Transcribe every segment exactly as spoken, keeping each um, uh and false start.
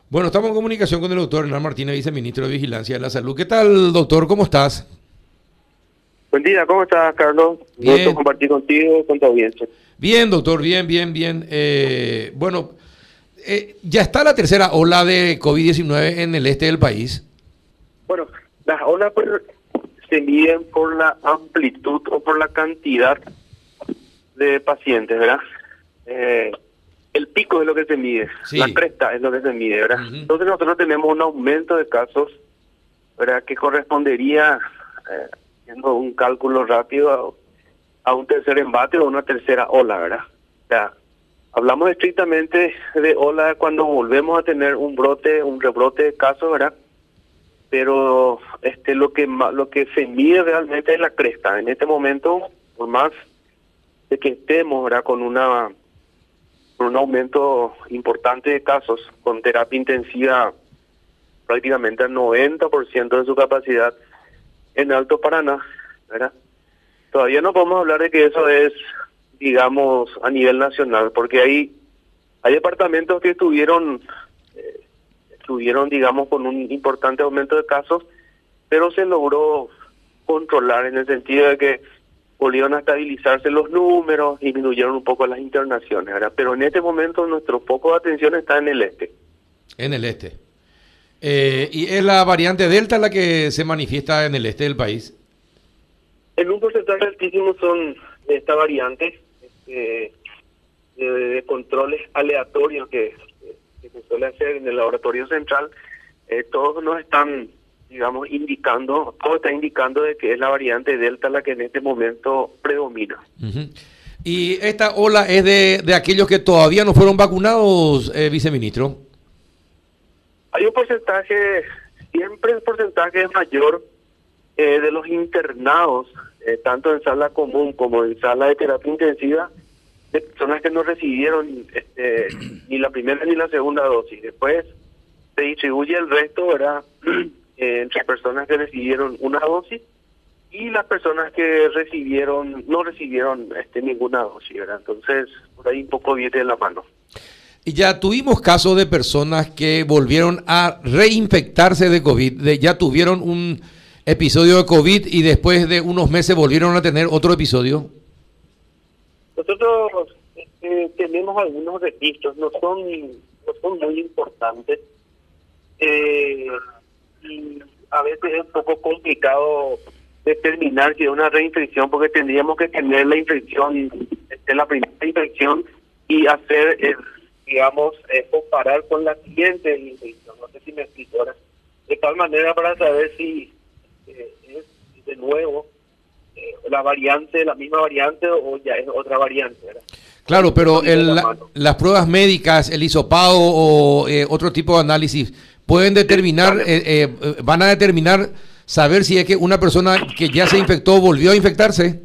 Bueno, estamos en comunicación con el doctor Hernán Martínez, viceministro de Vigilancia de la Salud. ¿Qué tal, doctor? ¿Cómo estás? Buen día, ¿cómo estás, Carlos? Bien. Gusto compartir contigo, con tu audiencia. Bien, doctor, bien, bien, bien. Eh, bueno, eh, ya está la tercera ola de COVID diecinueve en el este del país. Bueno, las olas pues, se miden por la amplitud o por la cantidad de pacientes, ¿verdad? Eh, el pico es lo que se mide, Sí. la cresta es lo que se mide, ¿verdad? Ujú. Entonces nosotros tenemos un aumento de casos, ¿verdad? Que correspondería, eh, haciendo un cálculo rápido, a, a un tercer embate o una tercera ola, ¿verdad? O sea, hablamos estrictamente de ola cuando volvemos a tener un brote, un rebrote de casos, ¿verdad? Pero este lo que ma- lo que se mide realmente es la cresta. En este momento, por más de que estemos, ¿verdad? con una con un aumento importante de casos, con terapia intensiva prácticamente al noventa por ciento de su capacidad en Alto Paraná, ¿verdad? Todavía no podemos hablar de que eso es, digamos, a nivel nacional, porque hay hay departamentos que estuvieron eh, estuvieron, digamos, con un importante aumento de casos, pero se logró controlar en el sentido de que volvieron a estabilizarse los números, disminuyeron un poco las internaciones, ¿verdad? Pero en este momento nuestro foco de atención está en el este. En el este. Eh, y es la variante Delta la que se manifiesta en el este del país. En un porcentaje altísimo son de esta variante este, de, de controles aleatorios que, que se suele hacer en el laboratorio central. Eh, todos nos están, digamos, indicando, todo está indicando de que es la variante Delta la que en este momento predomina. Ujú. Y esta ola es de, de aquellos que todavía no fueron vacunados, eh, viceministro. Hay un porcentaje, siempre el porcentaje es mayor eh, de los internados, eh, tanto en sala común como en sala de terapia intensiva, de personas que no recibieron este, ni la primera ni la segunda dosis. Después se distribuye el resto, ¿verdad? Eh, entre personas que recibieron una dosis y las personas que recibieron no recibieron este, ninguna dosis, ¿verdad? Entonces, por ahí un poco viene de la mano. Y ya tuvimos casos de personas que volvieron a reinfectarse de COVID, de, ya tuvieron un episodio de COVID y después de unos meses volvieron a tener otro episodio. Nosotros este, tenemos algunos registros, no son, no son muy importantes. Eh, y a veces es un poco complicado determinar si es una reinfección porque tendríamos que tener la infección, este, la primera infección y hacer, eh, digamos, eh, comparar con la siguiente infección. No sé si me explico ahora. De tal manera para saber si eh, es de nuevo eh, la variante, la misma variante o ya es otra variante, ¿verdad? Claro, pero De el, la la- mano. las pruebas médicas, el hisopado o eh, otro tipo de análisis, pueden determinar, eh, eh, van a determinar, saber si es que una persona que ya se infectó volvió a infectarse.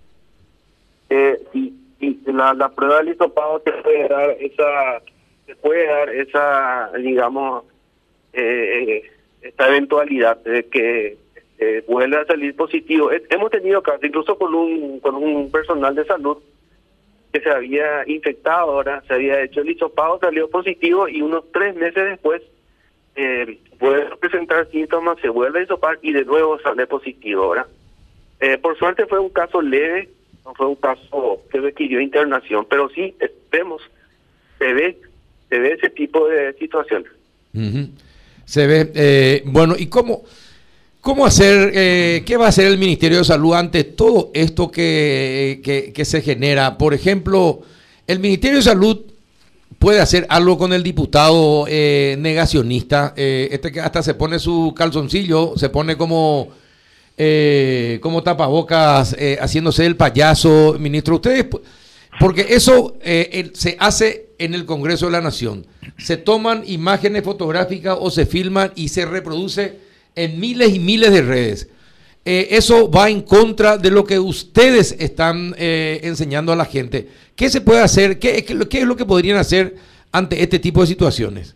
Eh, y, y la, la prueba del hisopado te puede dar esa, te puede dar esa, digamos, eh, esta eventualidad de que eh, vuelva a salir positivo. Eh, hemos tenido casos, incluso con un con un personal de salud que se había infectado, ahora se había hecho el hisopado, salió positivo y unos tres meses después eh, puede presentar síntomas, se vuelve a hisopar y de nuevo sale positivo, ¿verdad? Eh, por suerte fue un caso leve, no fue un caso que requirió internación, pero sí vemos, se ve, se ve ese tipo de situaciones. Ujú. Se ve, eh, bueno, ¿y cómo, cómo hacer, eh, qué va a hacer el Ministerio de Salud ante todo esto que, que, que se genera? Por ejemplo, el Ministerio de Salud puede hacer algo con el diputado eh, negacionista, eh, este que hasta se pone su calzoncillo, se pone como, eh, como tapabocas, eh, haciéndose el payaso, ministro. Ustedes, porque eso eh, el- se hace en el Congreso de la Nación. Se toman imágenes fotográficas o se filman y se reproduce en miles y miles de redes. Eh, eso va en contra de lo que ustedes están eh, enseñando a la gente. ¿Qué se puede hacer? ¿Qué, qué, qué es lo que podrían hacer ante este tipo de situaciones?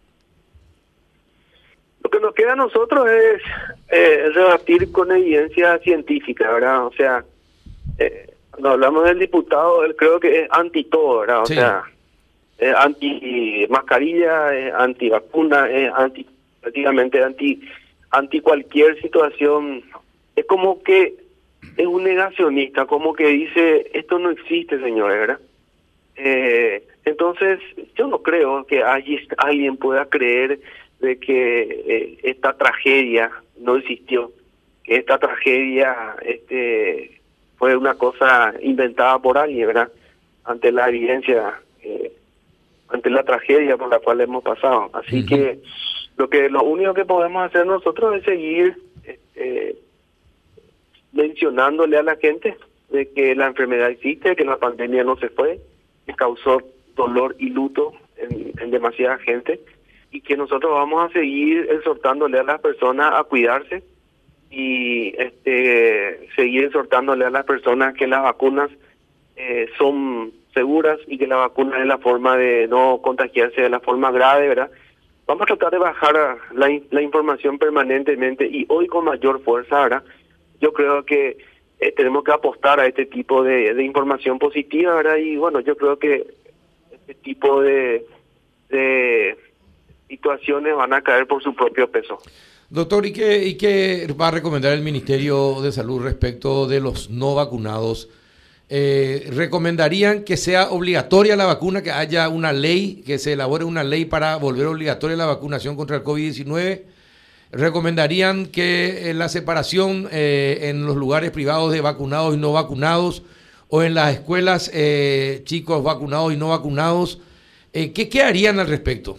Lo que nos queda a nosotros es eh, rebatir con evidencia científica, ¿verdad? O sea, eh, cuando hablamos del diputado, él creo que es anti todo, ¿verdad? O Sí. sea, eh, anti mascarilla, eh, anti vacuna, eh, anti prácticamente anti anti cualquier situación. Es como que es un negacionista, como que dice esto no existe, señores, ¿verdad? Eh, entonces yo no creo que allí alguien pueda creer de que eh, esta tragedia no existió, que esta tragedia este fue una cosa inventada por alguien, ¿verdad? Ante la evidencia, eh, ante la tragedia por la cual hemos pasado. Así uh-huh. que lo que lo único que podemos hacer nosotros es seguir este, mencionándole a la gente de que la enfermedad existe, que la pandemia no se fue, que causó dolor y luto en, en demasiada gente, y que nosotros vamos a seguir exhortándole a las personas a cuidarse y este seguir exhortándole a las personas que las vacunas eh, son seguras y que la vacuna es la forma de no contagiarse de la forma grave, ¿verdad? Vamos a tratar de bajar la, la información permanentemente y hoy con mayor fuerza, ¿verdad? Yo creo que eh, tenemos que apostar a este tipo de, de información positiva, ¿verdad? Y bueno, yo creo que este tipo de, de situaciones van a caer por su propio peso. Doctor, ¿y qué, ¿y qué va a recomendar el Ministerio de Salud respecto de los no vacunados? Eh, ¿Recomendarían que sea obligatoria la vacuna, que haya una ley, que se elabore una ley para volver obligatoria la vacunación contra el COVID diecinueve? ¿Recomendarían que eh, la separación eh, en los lugares privados de vacunados y no vacunados, o en las escuelas eh, chicos vacunados y no vacunados? Eh, ¿qué, ¿Qué harían al respecto?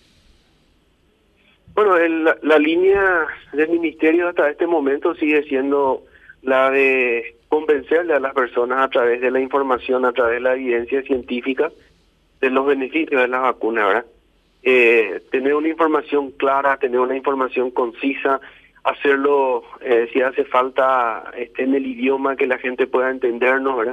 Bueno, el, la, la línea del Ministerio hasta este momento sigue siendo la de convencerle a las personas a través de la información, a través de la evidencia científica, de los beneficios de la vacuna, ¿verdad? Eh, tener una información clara, tener una información concisa, hacerlo eh, si hace falta este, en el idioma que la gente pueda entendernos, ¿verdad?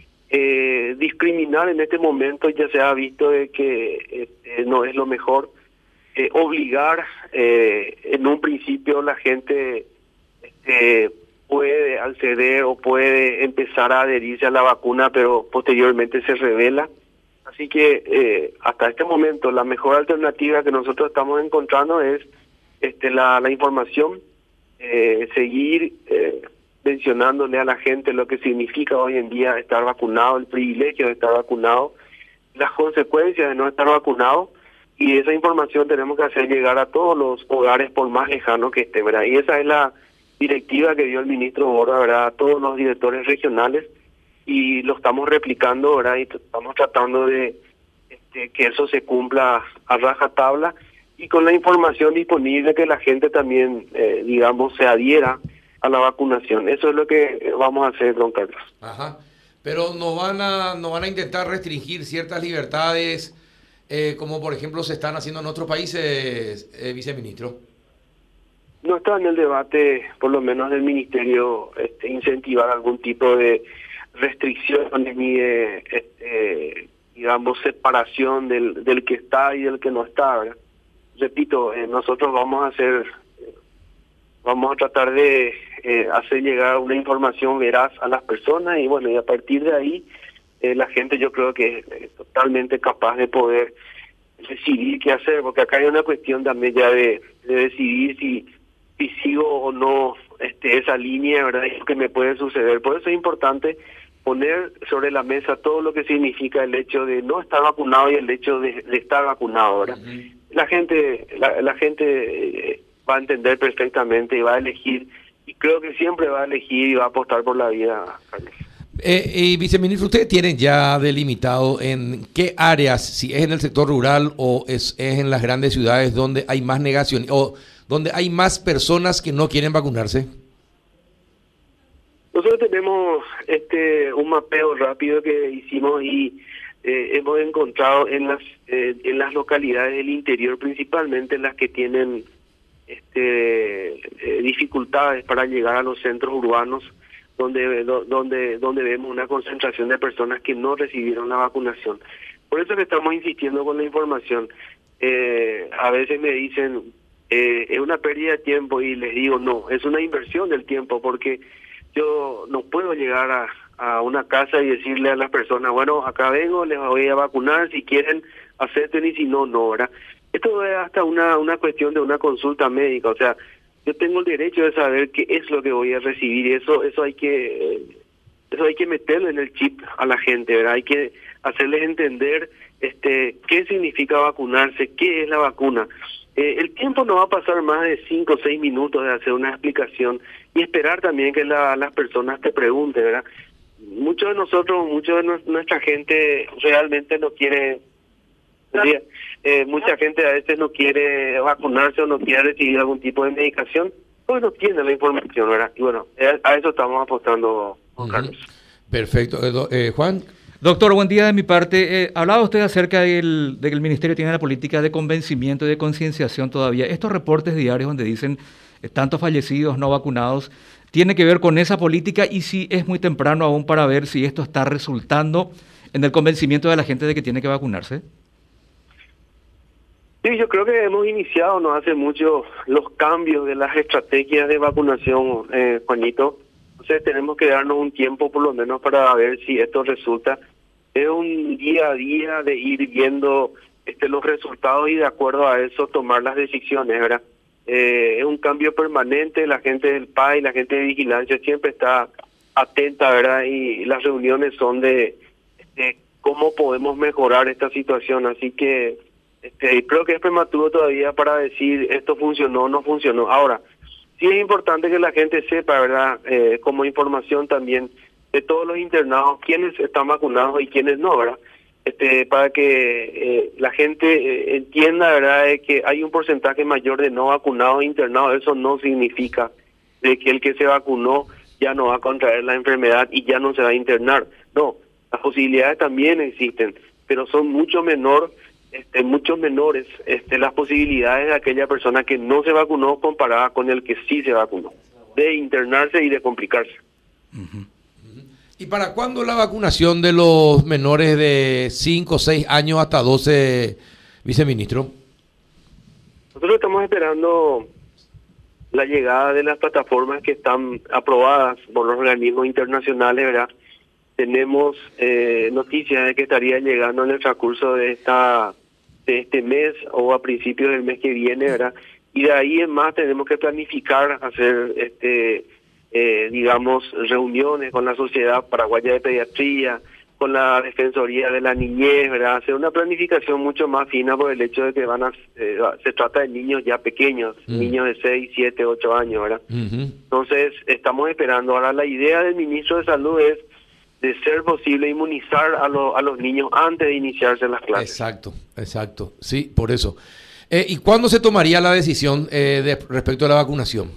Eh, discriminar en este momento ya se ha visto de que eh, no es lo mejor. Eh, obligar, eh, en un principio la gente eh, puede acceder o puede empezar a adherirse a la vacuna, pero posteriormente se revela. Así que eh, hasta este momento la mejor alternativa que nosotros estamos encontrando es este, la, la información, eh, seguir eh, mencionándole a la gente lo que significa hoy en día estar vacunado, el privilegio de estar vacunado, las consecuencias de no estar vacunado. Y esa información tenemos que hacer llegar a todos los hogares por más lejanos que estén, ¿verdad? Y esa es la directiva que dio el ministro Borda, ¿verdad? A todos los directores regionales, y lo estamos replicando, ¿verdad? Y estamos tratando de este, que eso se cumpla a rajatabla y con la información disponible que la gente también, eh, digamos, se adhiera a la vacunación. Eso es lo que vamos a hacer, don Carlos. Ajá. Pero no van a, no van a intentar restringir ciertas libertades, Eh, como por ejemplo se están haciendo en otros países, eh, viceministro. No está en el debate, por lo menos del ministerio, este, incentivar algún tipo de restricciones ni de, este, digamos, separación del, del que está y del que no está, ¿verdad? Repito, eh, nosotros vamos a hacer, eh, vamos a tratar de eh, hacer llegar una información veraz a las personas y bueno, y a partir de ahí Eh, la gente yo creo que es eh, totalmente capaz de poder decidir qué hacer, porque acá hay una cuestión también ya de, de decidir si, si sigo o no este, esa línea, ¿verdad? Y lo que me puede suceder. Por eso es importante poner sobre la mesa todo lo que significa el hecho de no estar vacunado y el hecho de, de estar vacunado, ¿verdad? Uh-huh. La gente, la, la gente eh, va a entender perfectamente y va a elegir, y creo que siempre va a elegir y va a apostar por la vida, Carlos. Eh, y viceministro, ¿ustedes tienen ya delimitado en qué áreas, si es en el sector rural o es, es en las grandes ciudades, donde hay más negación o donde hay más personas que no quieren vacunarse? Nosotros tenemos este un mapeo rápido que hicimos y eh, hemos encontrado en las eh, en las localidades del interior, principalmente las que tienen este eh, dificultades para llegar a los centros urbanos, donde donde donde vemos una concentración de personas que no recibieron la vacunación. Por eso que estamos insistiendo con la información. Eh, a veces me dicen, eh, es una pérdida de tiempo, y les digo, no, es una inversión del tiempo, porque yo no puedo llegar a, a una casa y decirle a las personas, bueno, acá vengo, les voy a vacunar, si quieren acepten y si no, no, ¿verdad? Esto es hasta una, una cuestión de una consulta médica, o sea, yo tengo el derecho de saber qué es lo que voy a recibir y eso, eso hay que, eso hay que meterlo en el chip a la gente, ¿verdad? Hay que hacerles entender este qué significa vacunarse, qué es la vacuna. Eh, el tiempo no va a pasar más de cinco o seis minutos de hacer una explicación y esperar también que la, las personas te pregunten, ¿verdad? Muchos de nosotros, mucha de nuestra gente realmente no quiere, eh, mucha gente a veces no quiere vacunarse o no quiere recibir algún tipo de medicación, pues no tiene la información, ¿verdad? Y bueno, a eso estamos apostando, Juan uh-huh. Carlos. Perfecto. Eh, Juan. Doctor, buen día de mi parte. Eh, hablaba usted acerca del, de que el Ministerio tiene la política de convencimiento y de concienciación todavía. Estos reportes diarios donde dicen eh, tantos fallecidos, no vacunados, ¿tiene que ver con esa política y si es muy temprano aún para ver si esto está resultando en el convencimiento de la gente de que tiene que vacunarse? Sí, yo creo que hemos iniciado no hace mucho los cambios de las estrategias de vacunación, eh, Juanito. Entonces tenemos que darnos un tiempo por lo menos para ver si esto resulta. Es un día a día de ir viendo este, los resultados y de acuerdo a eso tomar las decisiones, ¿verdad? Eh, es un cambio permanente, la gente del P A I, la gente de vigilancia siempre está atenta, ¿verdad? Y las reuniones son de, de cómo podemos mejorar esta situación, así que este, creo que es prematuro todavía para decir esto funcionó o no funcionó. Ahora, sí es importante que la gente sepa, ¿verdad? Eh, como información también de todos los internados, quiénes están vacunados y quiénes no, ¿verdad? Este, para que eh, la gente eh, entienda, ¿verdad?, de que hay un porcentaje mayor de no vacunados internados. Eso no significa de que el que se vacunó ya no va a contraer la enfermedad y ya no se va a internar. No, las posibilidades también existen, pero son mucho menor, este, mucho menores este, las posibilidades de aquella persona que no se vacunó comparada con el que sí se vacunó, de internarse y de complicarse. Uh-huh. ¿Y para cuándo la vacunación de los menores de cinco, seis años hasta doce, viceministro? Nosotros estamos esperando la llegada de las plataformas que están aprobadas por los organismos internacionales, ¿verdad? Tenemos eh, noticias de que estaría llegando en el transcurso de esta de este mes o a principios del mes que viene, ¿verdad? Y de ahí en más tenemos que planificar, hacer este Eh, digamos, reuniones con la Sociedad Paraguaya de Pediatría, con la Defensoría de la Niñez, ¿verdad? Hacer una planificación mucho más fina por el hecho de que van a, eh, se trata de niños ya pequeños, mm. niños de seis, siete, ocho años, ¿verdad? Uh-huh. Entonces, estamos esperando. Ahora, la idea del Ministro de Salud es, de ser posible, inmunizar a, lo, a los niños antes de iniciarse las clases. Exacto, exacto. Sí, por eso. Eh, ¿Y cuándo se tomaría la decisión eh, de, respecto a la vacunación?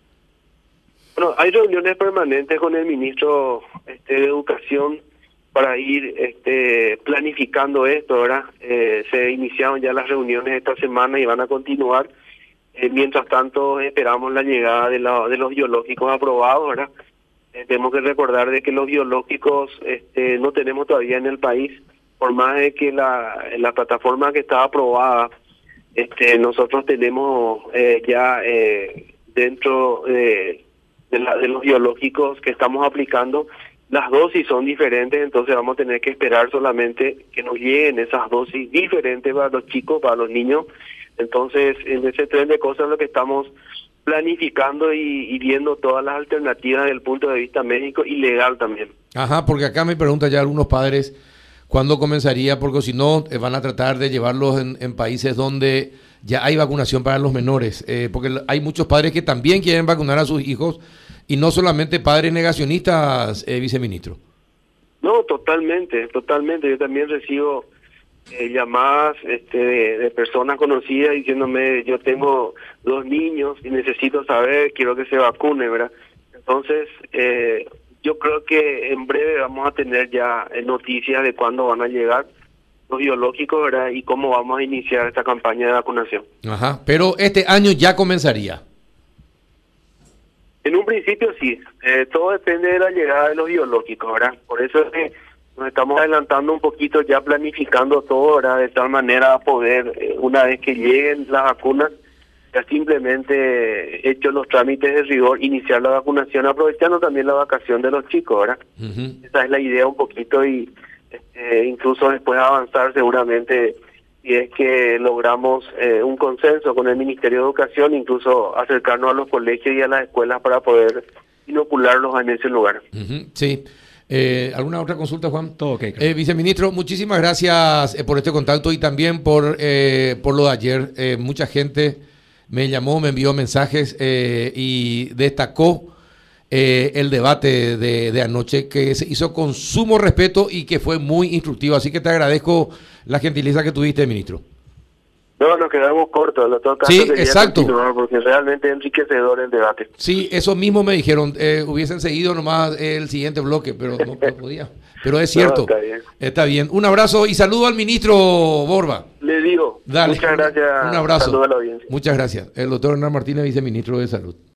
Bueno, hay reuniones permanentes con el ministro este, de Educación para ir este, planificando esto, ¿verdad? Eh, se iniciaron ya las reuniones esta semana y van a continuar. Eh, mientras tanto, esperamos la llegada de, la, de los biológicos aprobados, ¿verdad? Eh, tenemos que recordar de que los biológicos este, no tenemos todavía en el país, por más de que la, la plataforma que está aprobada, este, nosotros tenemos eh, ya eh, dentro de... De, la, de los biológicos que estamos aplicando, las dosis son diferentes, entonces vamos a tener que esperar solamente que nos lleguen esas dosis diferentes para los chicos, para los niños. Entonces, en ese tren de cosas lo que estamos planificando y, y viendo todas las alternativas desde el punto de vista médico y legal también. Ajá, porque acá me preguntan ya algunos padres cuándo comenzaría, porque si no, eh, van a tratar de llevarlos en, en países donde ya hay vacunación para los menores, eh, porque hay muchos padres que también quieren vacunar a sus hijos y no solamente padres negacionistas, eh, viceministro. No, totalmente, totalmente. Yo también recibo eh, llamadas este, de, de personas conocidas diciéndome, yo tengo dos niños y necesito saber, quiero que se vacune, ¿verdad? Entonces, eh, yo creo que en breve vamos a tener ya eh, noticias de cuándo van a llegar los biológicos, ¿verdad? Y cómo vamos a iniciar esta campaña de vacunación. Ajá, pero este año ya comenzaría. En un principio sí, eh, todo depende de la llegada de los biológicos, ¿verdad? Por eso es que nos estamos adelantando un poquito, ya planificando todo, ¿verdad? De tal manera a poder, eh, una vez que lleguen las vacunas, ya simplemente hecho los trámites de rigor, iniciar la vacunación, aprovechando también la vacación de los chicos, ¿verdad? Uh-huh. Esa es la idea un poquito y... Eh, incluso después de avanzar seguramente y es que logramos eh, un consenso con el Ministerio de Educación, incluso acercarnos a los colegios y a las escuelas para poder inocularlos en ese lugar. Uh-huh, sí. Eh, ¿Alguna otra consulta, Juan? Todo ok. Eh, viceministro, muchísimas gracias eh, por este contacto y también por, eh, por lo de ayer. Eh, mucha gente me llamó, me envió mensajes eh, y destacó eh, el debate de, de anoche, que se hizo con sumo respeto y que fue muy instructivo. Así que te agradezco la gentileza que tuviste, ministro. No, nos quedamos cortos. En todo caso, Sí, quería exacto. continuar porque realmente es enriquecedor el debate. Sí, eso mismo me dijeron. Eh, hubiesen seguido nomás el siguiente bloque, pero no, no podía. Pero es cierto. No, está bien. Está bien. Un abrazo y saludo al ministro Borba. Le digo, Dale. muchas gracias. Un abrazo. Saludo a la audiencia. Muchas gracias. El doctor Hernán Martínez, viceministro de Salud.